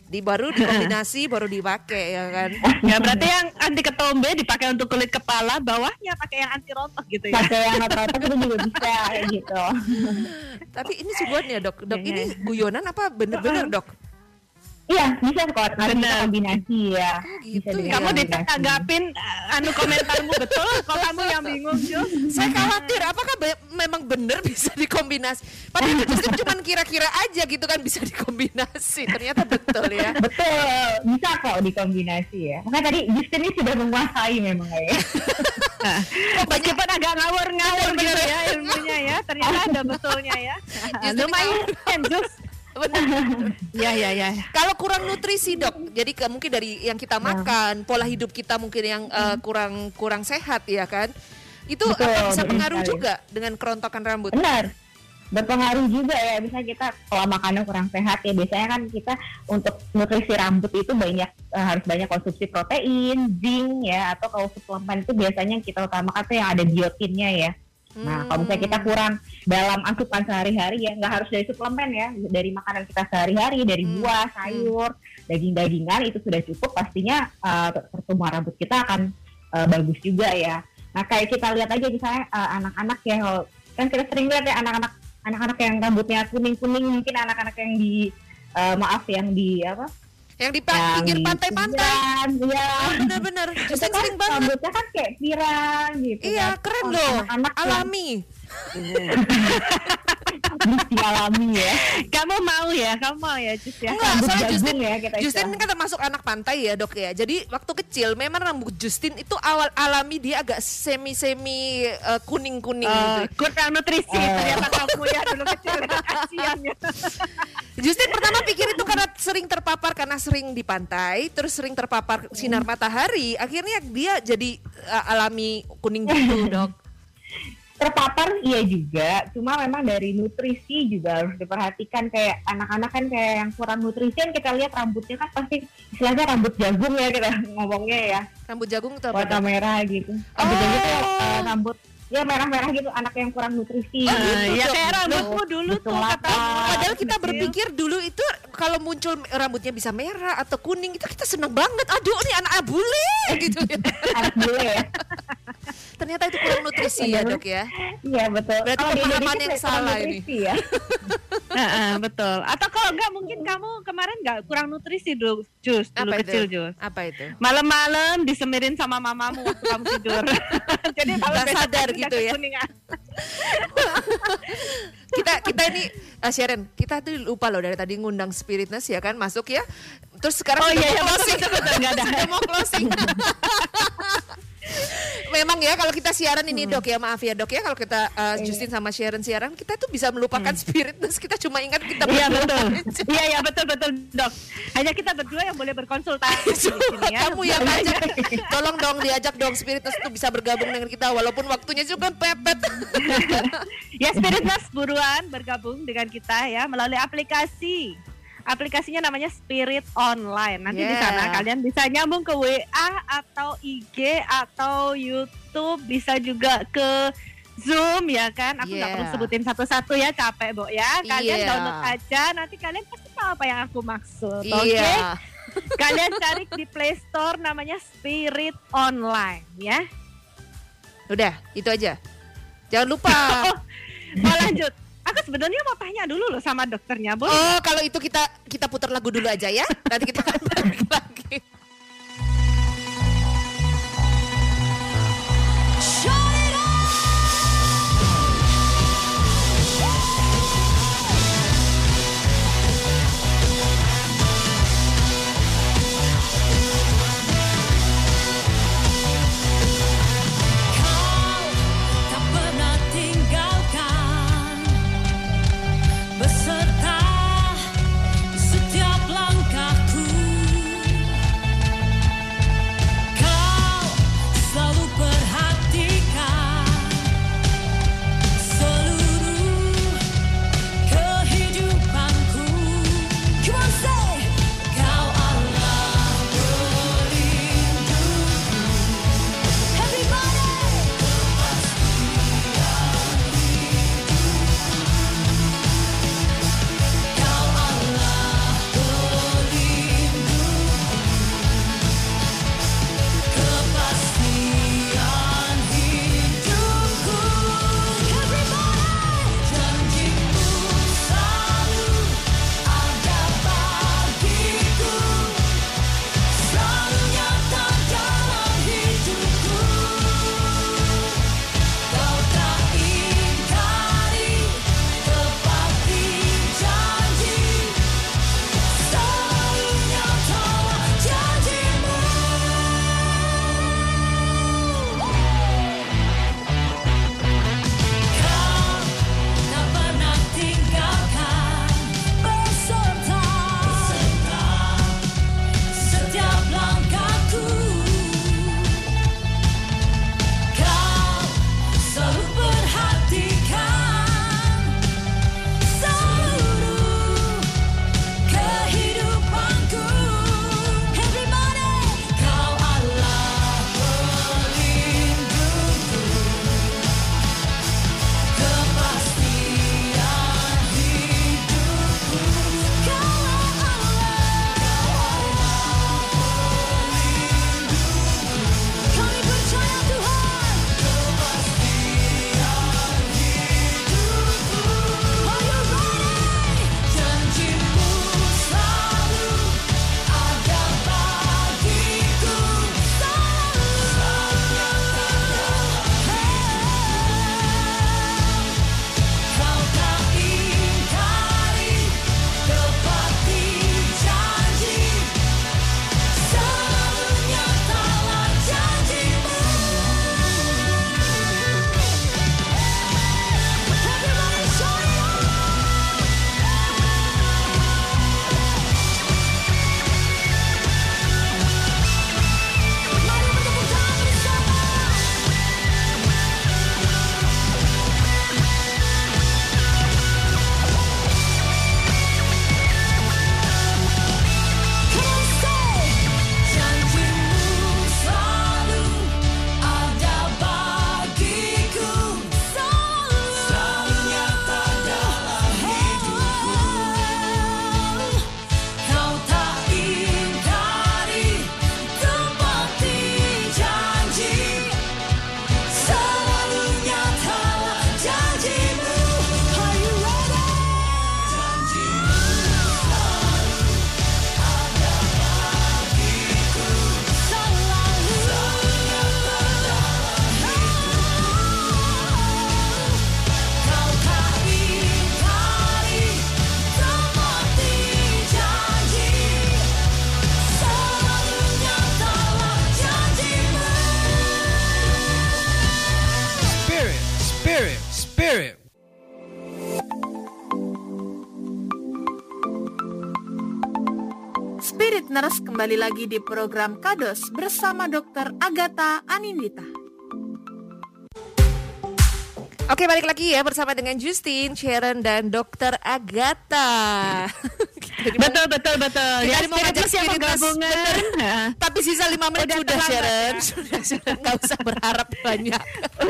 Di baru dikombinasi baru dipakai ya kan. Ya berarti yang anti ketombe dipakai untuk kulit kepala, bawahnya pakai yang anti rontok gitu ya. Pakai yang rontok itu juga bisa kayak gitu. Tapi ini sebuahnya dok, dok Ya, ya, ini ya. guyonan apa bener-bener dok? Iya, bisa kok. Nanti kita kombinasi ya. Oh, gitu Bisa ya. dengan Kamu kombinasi. ditanggapin uh, anu komentarmu betul, kok kamu yang bingung Jus? Saya khawatir apakah be- memang benar bisa dikombinasi. Padahal itu justru cuma kira-kira aja gitu kan bisa dikombinasi. Ternyata betul ya. Betul, bisa kok dikombinasi ya. Makanya tadi Justin ini sudah menguasai memang ya. Kok banyak Meskipun agak ngawur-ngawur Betul, gitu betul. ya ilmunya ya, ternyata ada betulnya ya. Justru Lumayan Jus. benar. Ya ya ya. Kalau kurang nutrisi dok, jadi ke, mungkin dari yang kita makan, pola hidup kita mungkin yang eh, kurang kurang sehat ya kan, itu Betul, apa bisa betul pengaruh sekali. juga dengan kerontokan rambut? Benar. Berpengaruh juga ya, bisa kita kalau makannya kurang sehat ya, biasanya kan kita untuk nutrisi rambut itu banyak eh, harus banyak konsumsi protein, zinc ya, atau kalau suplemen itu biasanya yang kita utamakan tuh yang ada biotinnya ya. Nah, kalau misalnya kita kurang dalam asupan sehari-hari ya, nggak harus dari suplemen ya, dari makanan kita sehari-hari, dari Hmm. buah, sayur, daging-dagingan itu sudah cukup, pastinya uh, pertumbuhan rambut kita akan uh, bagus juga ya. Nah, kayak kita lihat aja misalnya uh, anak-anak ya, kalau- kan kita sering lihat ya anak-anak anak-anak yang rambutnya kuning-kuning, mungkin anak-anak yang di uh, maaf yang di apa? Yang di pa- pinggir di pantai-pantai. pinggiran, ya. Benar-benar, Itu Justin kan sering banget. rambutnya kan kayak pirang gitu. Iya kan. keren Kalau loh, anak-anak yang alami. dialami ya. Kamu mau ya, kamu mau ya Jus ya. Enggak, Rambut soalnya jagung Justin, ya kita Justin istilah. ini kan termasuk anak pantai ya dok ya. Jadi waktu kecil memang rambut Justin itu awal alami dia agak semi-semi eh, kuning-kuning gitu. Eh, kurang nutrisi Eh. ternyata kamu ya dulu kecil kasihan ya. Justin pertama pikir itu karena sering terpapar karena sering di pantai, terus sering terpapar sinar matahari, akhirnya dia jadi uh, alami kuning gitu, Dok. Terpapar iya juga, cuma memang dari nutrisi juga harus diperhatikan. Kayak anak-anak kan kayak yang kurang nutrisi kan kita lihat rambutnya kan pasti istilahnya rambut jagung ya kita ngomongnya ya, Rambut jagung itu apa? warna Dok? merah gitu. Rambut Oh. jagung tuh eh, rambut ya merah-merah gitu, anak yang kurang nutrisi. Oh, gitu. gitu, Ya Dok. kayak rambutmu dulu Betul tuh kata. lapar. Padahal kita Kecil. berpikir dulu itu kalau muncul rambutnya bisa merah atau kuning itu kita senang banget. Aduh, ini anak bule gitu ya. Anak bule ya. Ternyata itu kurang nutrisi ya, Dok ya. Iya betul. Berarti Kalau di pemahaman Indonesia yang kurang salah ini. nutrisi ya. Heeh, betul. Atau kalau enggak mungkin kamu kemarin enggak kurang nutrisi dulu Jus, dulu Apa kecil itu? Jus. Apa itu? Malam-malam disemirin sama mamamu waktu kamu tidur. Jadi kalau Nggak besok sadar pagi gitu udah ya. kekuningan. kita kita ini uh, Sharon, kita tuh lupa loh dari tadi ngundang Spiritness ya kan masuk ya. Terus sekarang Oh sudah iya, mau iya, betul, closing. betul, betul, nggak ada. Sudah mau closing. Memang ya kalau kita siaran ini Dok ya, maaf ya Dok ya kalau kita uh, Justin sama Sharon siaran kita tuh bisa melupakan Spiritness, kita cuma ingat kita Iya berdua betul. aja. Iya iya betul betul Dok. Hanya kita berdua yang boleh berkonsultasi di sini ya. Kamu yang ajak, tolong dong diajak dong Spiritness tuh bisa bergabung dengan kita walaupun waktunya juga pepet. Ya Spiritness buruan bergabung dengan kita ya melalui aplikasi. Aplikasinya namanya Spirit Online. Nanti di Yeah. sana kalian bisa nyambung ke W A atau I G atau YouTube, bisa juga ke Zoom ya kan. Aku nggak Yeah. perlu sebutin satu-satu ya, capek Bo ya. Kalian Iya. download aja, nanti kalian pasti tahu apa yang aku maksud. Oke. Iya. Kalian cari di Play Store namanya Spirit Online ya. Udah, itu aja. Jangan lupa. Oh, mau lanjut. Aku sebenarnya mau tanya dulu loh sama dokternya, boleh? Oh, kalau itu kita kita putar lagu dulu aja ya. Nanti kita balik lagi. Kau tak pernah tinggalkan beserta setiap langkahku. Spirit Nurse kembali lagi di program Kados bersama dokter Agatha Anindita. Oke, balik lagi ya bersama dengan Justin, Sharon, dan dokter Agatha. Betul betul betul. Kita Ya, mau ngajak Spirit Spirit Nurse, gabungan. bener. Tapi sisa lima menit Udah sudah, terlambat, Sharon. ya? Sudah, Sharon, nggak usah berharap banyak.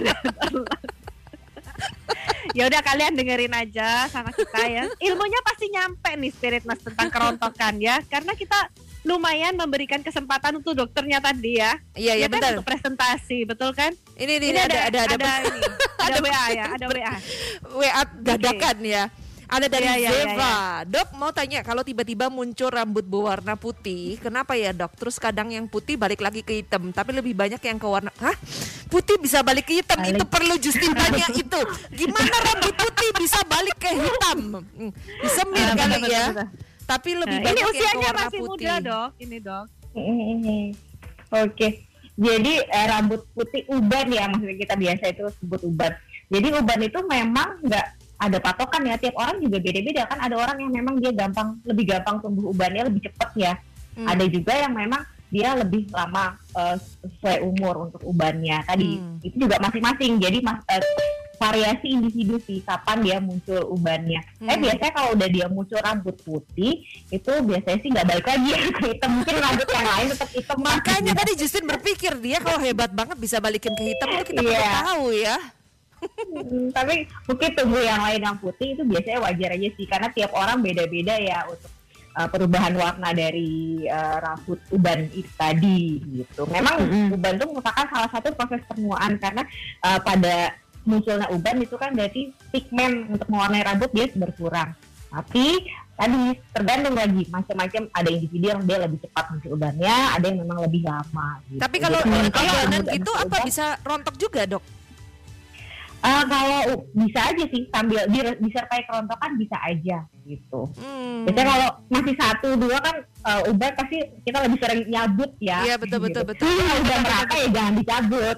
Ya udah kalian dengerin aja sama kita ya. Ilmunya pasti nyampe nih Spirit Nurse tentang kerontokan ya. Karena kita lumayan memberikan kesempatan untuk dokternya tadi ya. Iya, iya, Ya kan, betul. untuk presentasi, betul kan? Ini, ini, ini ada, ada, ada, ada ini. Ada W A ya, ada W A. W A dadakan ya. Ada dari Iya, iya, Zeva. iya, Dok, mau tanya, kalau tiba-tiba muncul rambut berwarna putih, kenapa ya dok? Terus kadang yang putih balik lagi ke hitam, tapi lebih banyak yang ke warna, hah? Putih bisa balik ke hitam, Balik. itu perlu Justin tanya itu. Gimana rambut putih bisa balik ke hitam? Hmm, disemir Ah, kali betul, ya. betul, betul. Tapi lebih Nah, banyak ini yang ke usianya warna masih putih. muda dok, ini dok. Hmm, Oke, jadi eh, rambut putih uban ya, maksudnya kita biasa itu sebut uban. Jadi uban itu memang nggak ada patokan ya, tiap orang juga beda-beda kan. Ada orang yang memang dia gampang, lebih gampang tumbuh ubannya, lebih cepat ya. Hmm. Ada juga yang memang dia lebih lama eh, sesuai umur untuk ubannya tadi. Hmm. Itu juga masing-masing. Jadi mas, eh, variasi individu sih kapan dia muncul ubannya. Hmm. Eh biasanya kalau udah dia muncul rambut putih itu biasanya sih nggak balik lagi ya ke hitam. Mungkin rambut yang lain tetap hitam. Makanya tadi Justin berpikir dia kalau hebat banget bisa balikin ke hitam itu kita perlu Iya. tahu ya. Hmm, tapi mungkin tumbuh yang lain yang putih itu biasanya wajar aja sih, karena tiap orang beda-beda ya untuk uh, perubahan warna dari uh, rambut uban itu tadi gitu. Memang Mm-hmm. uban itu merupakan salah satu proses penuaan, karena uh, pada munculnya uban itu kan berarti pigmen untuk mewarnai rambut dia berkurang. Tapi tadi tergantung lagi, macam-macam, ada individu yang dia lebih cepat muncul ubannya, ada yang memang lebih lama gitu. Tapi kalau Jadi, dengan kalau ubanan muncul gitu apa uban, bisa rontok juga dok? Uh, kalau bisa aja sih sambil di- disertai kerontokan bisa aja gitu. Hmm. Biasanya kalau masih satu dua kan uh, uban pasti kita lebih sering nyabut ya. Iya, betul, betul, betul. Tapi kalau udah merata ya jangan dicabut.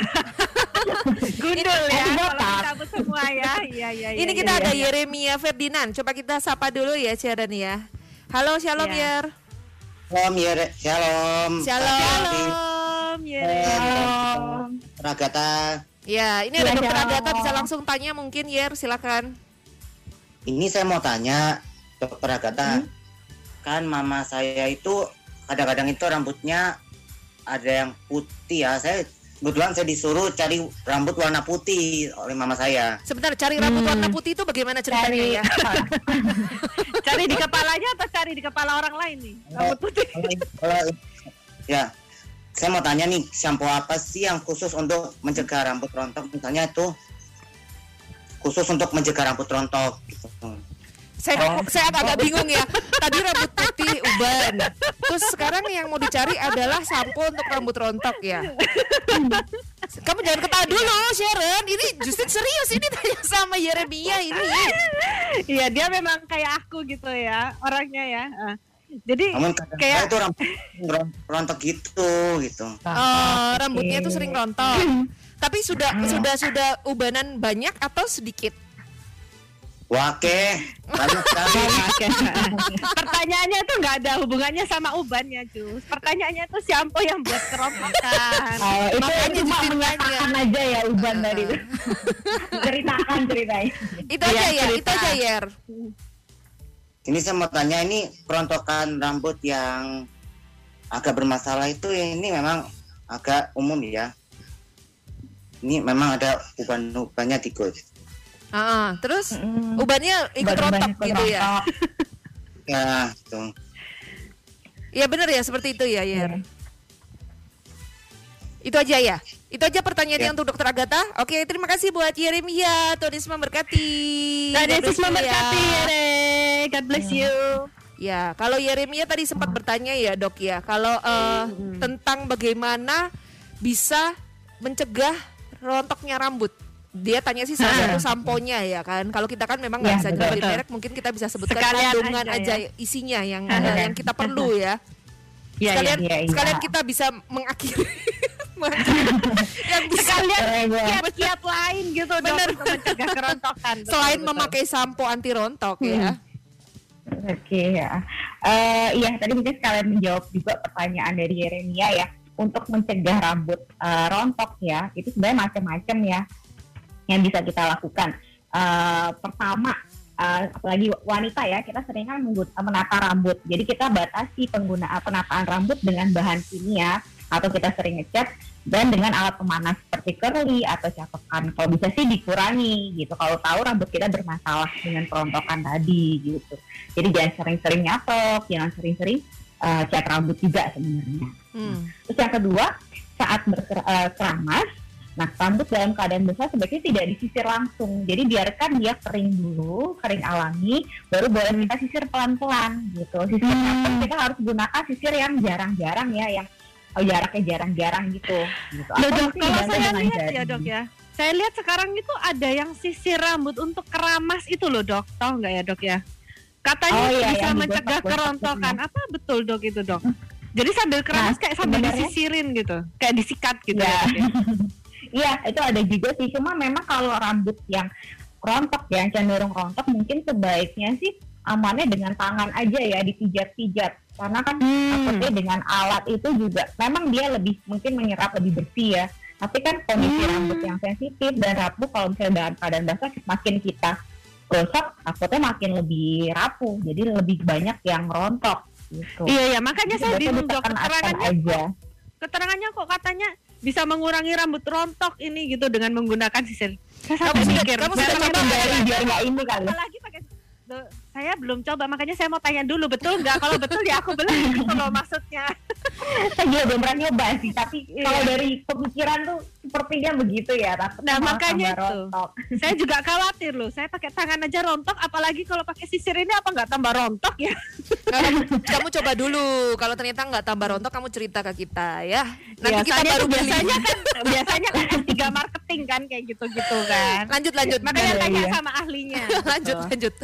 Gundul ya, Ini kalau botak. dicabut semua ya. Iya iya. Ini iya, kita iya. ada Yeremia Ferdinand. Coba kita sapa dulu ya Sharon ya. Halo, shalom Ya. Yer. Shalom, Yer. Shalom. Shalom. Shalom, Yere. Um, Ragata. Ya, ini ada Ya, dokter shalom. Agatha bisa langsung tanya mungkin Yer, silakan. Ini saya mau tanya, Dokter Ragata. Kan mama saya itu kadang-kadang itu rambutnya ada yang putih ya. Saya kebetulan saya disuruh cari rambut warna putih oleh mama saya. Sebentar, cari rambut warna putih itu bagaimana ceritanya Cari- ya? Cari di kepalanya atau cari di kepala orang lain nih? Rambut putih. Kalau- kalau- ya, saya mau tanya nih, shampoo apa sih yang khusus untuk mencegah rambut rontok? Misalnya itu khusus untuk mencegah rambut rontok. Gitu. Saya saya agak-agak bingung ya. Tadi rambut putih uban. Terus sekarang yang mau dicari adalah sampo untuk rambut rontok ya. Kamu jangan ketawa dulu, Sharon. Ini Justin serius ini tanya sama Yeremia ini. Iya, dia memang kayak aku gitu ya, orangnya ya. Ah. Jadi Namun kadang kayak itu rambut ron- rontok gitu, gitu. Oh, rambutnya tuh sering rontok. Tapi sudah sudah sudah ubanan banyak atau sedikit? Wake, banyak sekali. pertanyaannya tuh nggak ada hubungannya sama ubannya, Jus. Pertanyaannya tuh shampoo yang buat kerontokan. Oh, itu Makanya cuma Justin menyatakan aja ya uban tadi itu. Ceritakan ceritanya. Itu aja ya, itu aja Yer. Ini saya mau tanya, ini kerontokan rambut yang agak bermasalah itu ini memang agak umum ya. Ini memang ada uban-ubannya tikus. Ah, terus Mm. ubannya ikut Uban-uban rontok ikut gitu ya. rontok. Ya, gitu. Iya benar ya, seperti itu ya, Yer. Iya. Itu aja ya. Itu aja pertanyaannya Ya. untuk Dokter Agatha. Oke, terima kasih buat Yeremia. Tuhan Yesus memberkati. Dan God Yesus bless you memberkati, ya. Yere. God bless you. Ya, kalau Yeremia tadi sempat bertanya ya, Dok ya. Kalau eh, tentang bagaimana bisa mencegah rontoknya rambut. Dia tanya sih salah satu samponya ya kan. Kalau kita kan memang nggak Ya, bisa betul, nyebutin betul. merek, mungkin kita bisa sebutkan Sekalian kandungan aja, aja, ya. isinya yang eh, yang kita perlu ya. Iya, sekalian iya, iya. sekalian kita bisa mengakhiri mengakhiri yang bisa Sekalian Eh, gua- kiat-kiat lain gitu dong Bener. untuk mencegah kerontokan. Betul, selain betul. memakai sampo anti rontok ya. Oke ya. Eh iya tadi mungkin sekalian menjawab juga pertanyaan dari Yeremia ya. Untuk mencegah rambut eh, rontok ya, itu sebenarnya macam-macam ya yang bisa kita lakukan. Eh pertama, eh, apalagi wanita ya, kita sering kan menggun- menata rambut. Jadi kita batasi penggunaan penataan rambut dengan bahan kimia atau kita sering ngecat dan dengan alat pemanas seperti curly atau catokan. Kalau bisa sih dikurangi gitu. Kalau tahu rambut kita bermasalah dengan kerontokan tadi gitu. Jadi jangan sering-sering nyatok, jangan sering-sering uh, cat rambut juga sebenarnya. Hmm. Terus yang kedua, saat berkeramas, nah rambut dalam keadaan besar sebaiknya tidak disisir langsung. Jadi biarkan dia kering dulu, kering alami, baru boleh kita sisir pelan-pelan gitu. Sisirnya pun kita harus gunakan sisir yang jarang-jarang ya, yang oh, jaraknya jarang-jarang gitu. gitu. Loh, Atau Dok, mungkin kalau dibantu saya dengan lihat jari. ya dok ya, saya lihat sekarang itu ada yang sisir rambut untuk keramas itu loh dok, tahu nggak ya dok ya? Katanya Oh, itu iya, bisa yang mencegah digosok-gosok kerontokan. gitu Apa betul dok itu dok? Jadi sambil keramas Nah, kayak sambil sebenarnya- disisirin gitu, kayak disikat gitu Ya. ya. Dok, ya? Iya, itu ada juga sih. Cuma memang kalau rambut yang rontok ya, yang cenderung rontok, mungkin sebaiknya sih amannya dengan tangan aja ya, dipijat-pijat. Karena kan takutnya dengan alat itu juga, memang dia lebih mungkin menyerap lebih bersih ya. Tapi kan kondisi rambut yang sensitif dan rapuh, kalau misalnya dalam keadaan basah, makin kita gosok, takutnya makin lebih rapuh. Jadi lebih banyak yang rontok gitu. Iya ya, makanya Jadi saya biasanya bingung dok, ditekan-tekan keterangannya aja. keterangannya kok katanya bisa mengurangi rambut rontok ini gitu dengan menggunakan sisir. Saya Kamu sampai sudah- mikir, kamu saya sudah pakai coba tangan Dari aja. biar nggak ini kali. Apalagi pakai Duh, saya belum coba, makanya saya mau tanya dulu betul nggak? Kalau betul ya aku beli gitu loh maksudnya. Saya juga belum pernah nyoba sih, tapi Iya. kalau dari pemikiran tuh sepertinya begitu ya. Takutnya Nah, malah makanya tambah itu. rontok. Saya juga khawatir loh. Saya pakai tangan aja rontok, apalagi kalau pakai sisir ini apa nggak tambah rontok ya? Kamu, kamu coba dulu. Kalau ternyata nggak tambah rontok, kamu cerita ke kita ya. Nanti kita Biasanya baru tuh beli. biasanya kan biasanya kan S tiga marketing kan kayak gitu-gitu kan. Lanjut lanjut. Makanya Iya, tanya iya. sama ahlinya. lanjut lanjut.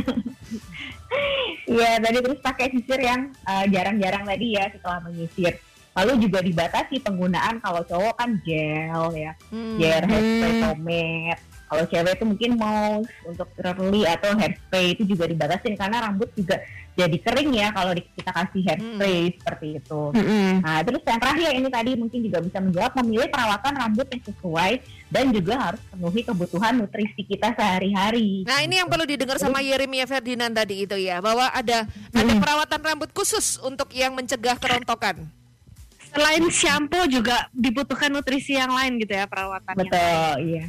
Iya, tadi terus pakai sisir yang uh, jarang-jarang tadi ya setelah menyisir. Lalu juga dibatasi penggunaan, kalau cowok kan gel ya, Hmm. gel, hairspray, pomade. Kalau cewek itu mungkin mousse untuk curly atau hairspray itu juga dibatasin karena rambut juga jadi kering ya kalau di- kita kasih hairspray seperti itu. Nah, terus yang terakhir ini tadi mungkin juga bisa menjawab, memilih perawatan rambut yang sesuai dan juga harus penuhi kebutuhan nutrisi kita sehari-hari. Nah ini yang perlu didengar sama Yeremia Ferdinand tadi itu ya, bahwa ada ada perawatan rambut khusus untuk yang mencegah kerontokan. Selain shampoo juga dibutuhkan nutrisi yang lain gitu ya perawatannya. Betul, iya.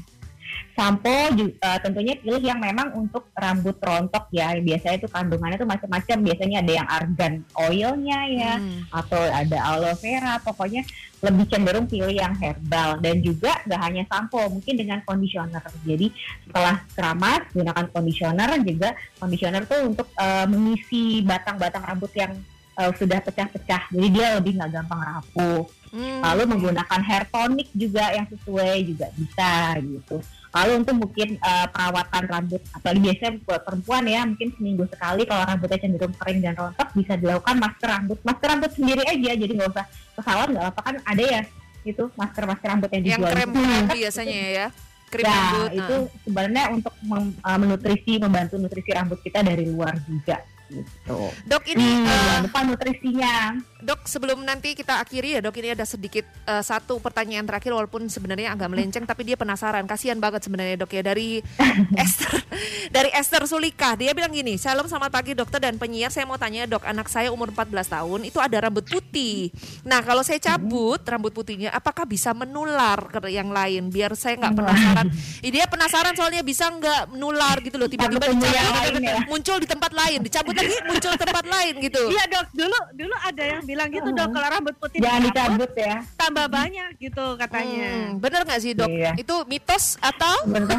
Sampo juga tentunya pilih yang memang untuk rambut rontok ya. Biasanya itu kandungannya tuh macam-macam. Biasanya ada yang argan oilnya ya, Hmm. atau ada aloe vera. Pokoknya lebih cenderung pilih yang herbal. Dan juga nggak hanya sampo, mungkin dengan conditioner. Jadi setelah keramas gunakan conditioner. Juga conditioner tuh untuk eh, mengisi batang-batang rambut yang eh, sudah pecah-pecah. Jadi dia lebih nggak gampang rapuh. Hmm. Lalu menggunakan hair tonic juga yang sesuai juga bisa gitu. Lalu untuk mungkin uh, perawatan rambut, apalagi biasanya buat perempuan ya, mungkin seminggu sekali kalau rambutnya cenderung kering dan rontok bisa dilakukan masker rambut. Masker rambut sendiri aja, jadi nggak usah ke salon, nggak apa kan ada ya itu masker-masker rambut yang Yang dijual. krem itu. krem biasanya ya, krim Ya, rambut. itu Nah. sebenarnya untuk mem- uh, menutrisi, membantu nutrisi rambut kita dari luar juga gitu. Dok ini Hmm, eh, jangan lupa nutrisinya. Dok, sebelum nanti kita akhiri ya dok, ini ada sedikit uh, satu pertanyaan terakhir walaupun sebenarnya agak melenceng tapi dia penasaran, kasihan banget sebenarnya dok ya, dari Esther dari Esther Sulika. Dia bilang gini, "Shalom, selamat pagi dokter dan penyiar, saya mau tanya dok, anak saya umur empat belas tahun itu ada rambut putih. Nah kalau saya cabut rambut putihnya apakah bisa menular ke yang lain? Biar saya nggak penasaran. Ih, dia penasaran soalnya bisa nggak menular gitu loh, tiba-tiba Takut yang dicabut lain ya. muncul di tempat lain, dicabut lagi muncul tempat lain gitu." Iya dok, dulu dulu ada yang bilang gitu dok, kalau rambut putih Jangan dicabut, dicabut ya. tambah banyak gitu katanya. Hmm, bener nggak sih dok? Iya. Itu mitos atau? Bener.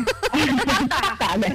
Tak ada.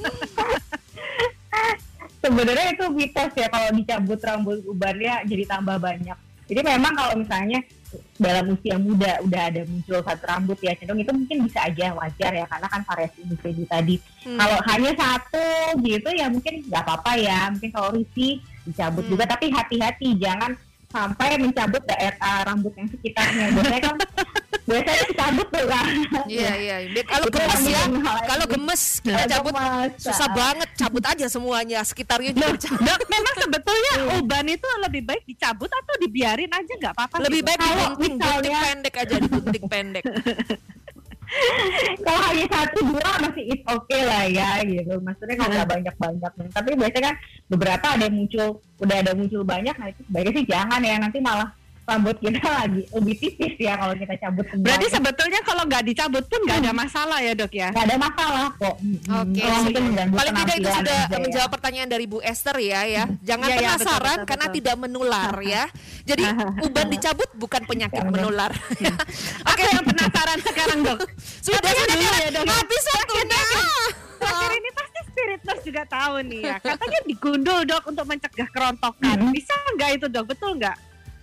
Sebenarnya itu mitos ya, kalau dicabut rambut ubannya jadi tambah banyak. Jadi memang kalau misalnya dalam usia muda udah ada muncul satu rambut ya, cenderung itu mungkin bisa aja wajar ya, karena kan variasi individu tadi. Hmm. Kalau hanya satu gitu ya mungkin nggak apa-apa ya, mungkin kalau risih dicabut Hmm. juga, tapi hati-hati jangan sampai mencabut daerah uh, rambut yang sekitarnya. Biasanya kan biasanya dicabut tuh kan. Iya iya. Dia kalau Itu gemes yang ya, bikin hal kalau ini. gemes kita Kalau cabut gemes, susah ah. banget, cabut aja semuanya. Sekitarnya juga dicabut. Dok, memang sebetulnya uban itu lebih baik dicabut atau dibiarin aja nggak apa-apa? Lebih gitu? baik Kalau digunting, gunting misalnya- pendek aja, digunting pendek. Kalau hanya satu dua masih it's okay lah ya gitu. Maksudnya kalau nggak banyak-banyak. Tapi biasanya kan beberapa ada yang muncul, udah ada muncul banyak. Nah itu sebaiknya sih jangan ya. Nanti malah rambut kita lagi lebih tipis ya kalau kita cabut semua. Berarti sebetulnya kalau nggak dicabut pun nggak ada masalah ya dok ya? nggak ada masalah kok. Oke. Kalau mungkin mengganggu Paling tidak itu penampilan sudah aja ya. menjawab pertanyaan dari Bu Esther ya ya. Jangan Iya, iya, penasaran betul, betul, karena betul. tidak menular ya. Jadi uban dicabut bukan penyakit Jangan. menular. Oke, yang penasaran sekarang dok. Sudah Tapi sudah dulu ya, Dok. habis waktunya. Terakhir ini pasti spirit nurse juga tahu nih ya. Katanya digundul dok untuk mencegah kerontokan. Bisa nggak itu dok? Betul nggak?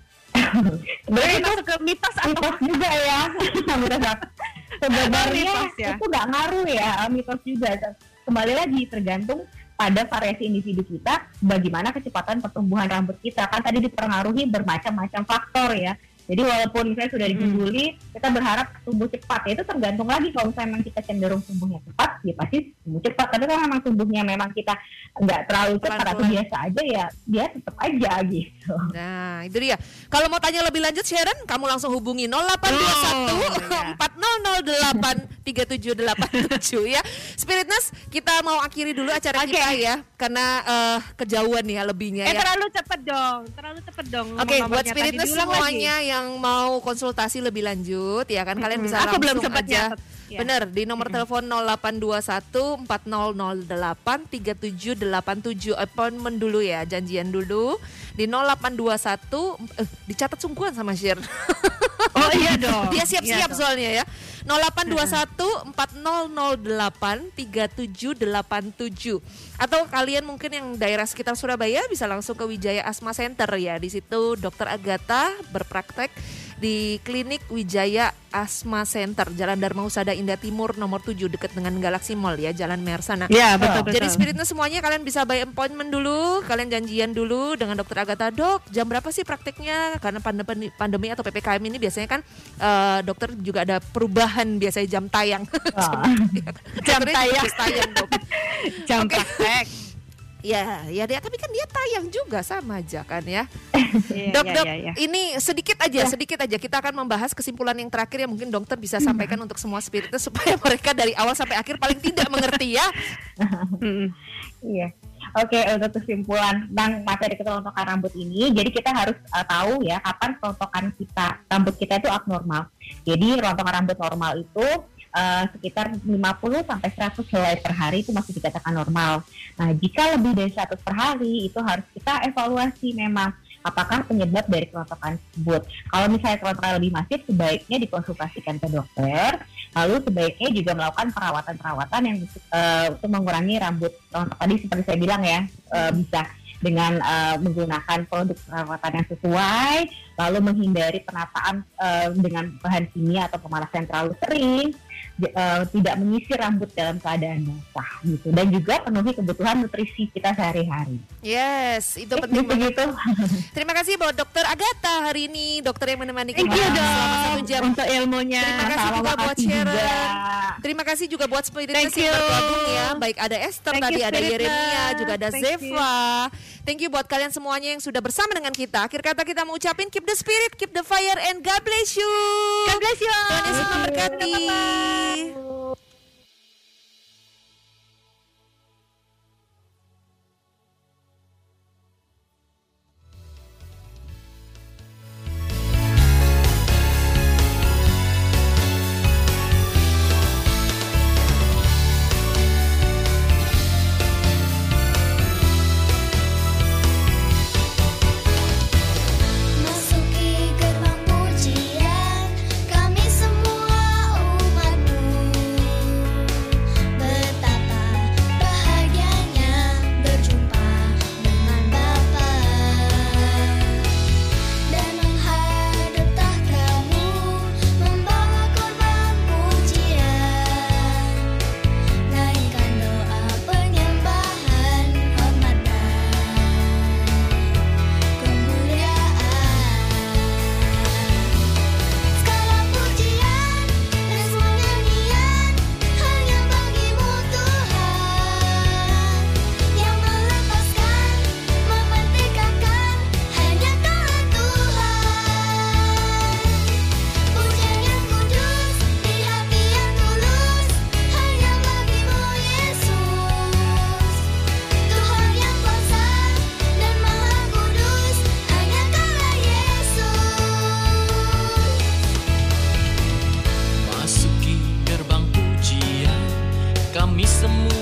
Sebenarnya itu Masuk ke mitos atau mitos juga ya. Mitos. Sebenarnya Mitos ya. itu nggak ngaruh ya, mitos juga. Kembali lagi tergantung pada variasi individu kita, bagaimana kecepatan pertumbuhan rambut kita. Kan tadi dipengaruhi bermacam-macam faktor ya. Jadi walaupun misalnya sudah digunduli, kita berharap tumbuh cepat. Ya itu tergantung lagi kalau misalnya memang kita cenderung tumbuhnya cepat, ya pasti tumbuh cepat. Tapi kalau memang tumbuhnya memang kita nggak terlalu cepat atau Pelan-pelan. biasa aja ya, dia tetap aja gitu. Nah, itu dia. Kalau mau tanya lebih lanjut Sharon, kamu langsung hubungi nol delapan dua satu empat nol nol delapan tiga tujuh delapan tujuh ya. Spiritness, kita mau akhiri dulu acara kita ya, karena eh, kejauhan ya lebihnya Eh ya. terlalu cepet dong, terlalu cepet dong. Oke, buat ngomong-ngomongnya. Tadi Spiritness diulang semuanya lagi. yang mau konsultasi lebih lanjut ya kan, kalian bisa Aku langsung belum sempat aja. nyatet. Ya. Bener, di nomor telepon nol delapan dua satu empat nol nol delapan tiga tujuh delapan tujuh, appointment dulu ya, janjian dulu di nol delapan dua satu, eh, dicatat sungguhan sama Syer. Oh iya dong. Dia siap-siap Iya dong. soalnya ya. nol delapan dua satu empat nol nol delapan tiga tujuh delapan tujuh. Atau kalian mungkin yang daerah sekitar Surabaya bisa langsung ke Wijaya Asma Center ya. Di situ Dokter Agatha berpraktek di Klinik Wijaya Asma Center, Jalan Dharma Husada Indah Timur nomor tujuh dekat dengan Galaxy Mall ya, Jalan Mersana. Iya betul betul. Jadi Spiritnya semuanya kalian bisa by appointment dulu, kalian janjian dulu dengan Dokter Agatha. Dok, jam berapa sih prakteknya? Karena pandemi, pandemi atau P P K M ini biasanya kan eh, dokter juga ada perubahan biasanya jam tayang. Jam Dokternya juga tayang. harus tayang dok. Jam Oke. praktek. Ya, ya dia, tapi kan dia tayang juga sama aja kan ya. Iya, Dok, iya, dok, iya, iya. ini sedikit aja, sedikit aja kita akan membahas kesimpulan yang terakhir yang mungkin dokter bisa sampaikan untuk semua spiritus supaya mereka dari awal sampai akhir paling tidak mengerti ya. Mm-mm. Iya. Oke, untuk kesimpulan tentang materi kerontokan rambut ini, jadi kita harus uh, tahu ya kapan kerontokan kita, rambut kita itu abnormal. Jadi rontokan rambut normal itu uh, sekitar lima puluh sampai seratus helai per hari itu masih dikatakan normal. Nah, jika lebih dari seratus per hari itu harus kita evaluasi memang apakah penyebab dari kerontokan tersebut. Kalau misalnya kerontokan lebih masif, sebaiknya dikonsultasikan ke dokter. Lalu sebaiknya juga melakukan perawatan-perawatan yang uh, untuk mengurangi rambut rontok tadi seperti saya bilang ya, uh, bisa dengan uh, menggunakan produk perawatan yang sesuai, lalu menghindari penataan uh, dengan bahan kimia atau pemanasan yang terlalu sering, j- uh, tidak menyisir rambut dalam keadaan basah gitu, dan juga penuhi kebutuhan nutrisi kita sehari-hari. Yes, itu penting banget. Gitu-gitu. Terima kasih buat Dokter Agatha hari ini, dokter yang menemani Thank kita you selama satu dok jam. untuk ilmunya. Terima kasih Sama-sama, juga buat makasih Sharon. juga. Terima kasih juga buat Spiritness Thank yang you. bergabung ya. Baik ada Esther Thank tadi, you, ada Spiritness. Yeremia, juga ada Thank Zeva. Thank you buat kalian semuanya yang sudah bersama dengan kita. Akhir kata kita mau ucapin keep the spirit, keep the fire, and God bless you. God bless you. Tuhan Yesus memberkati. Masuki gerbang pujian, kami semua umat-Mu. kami semua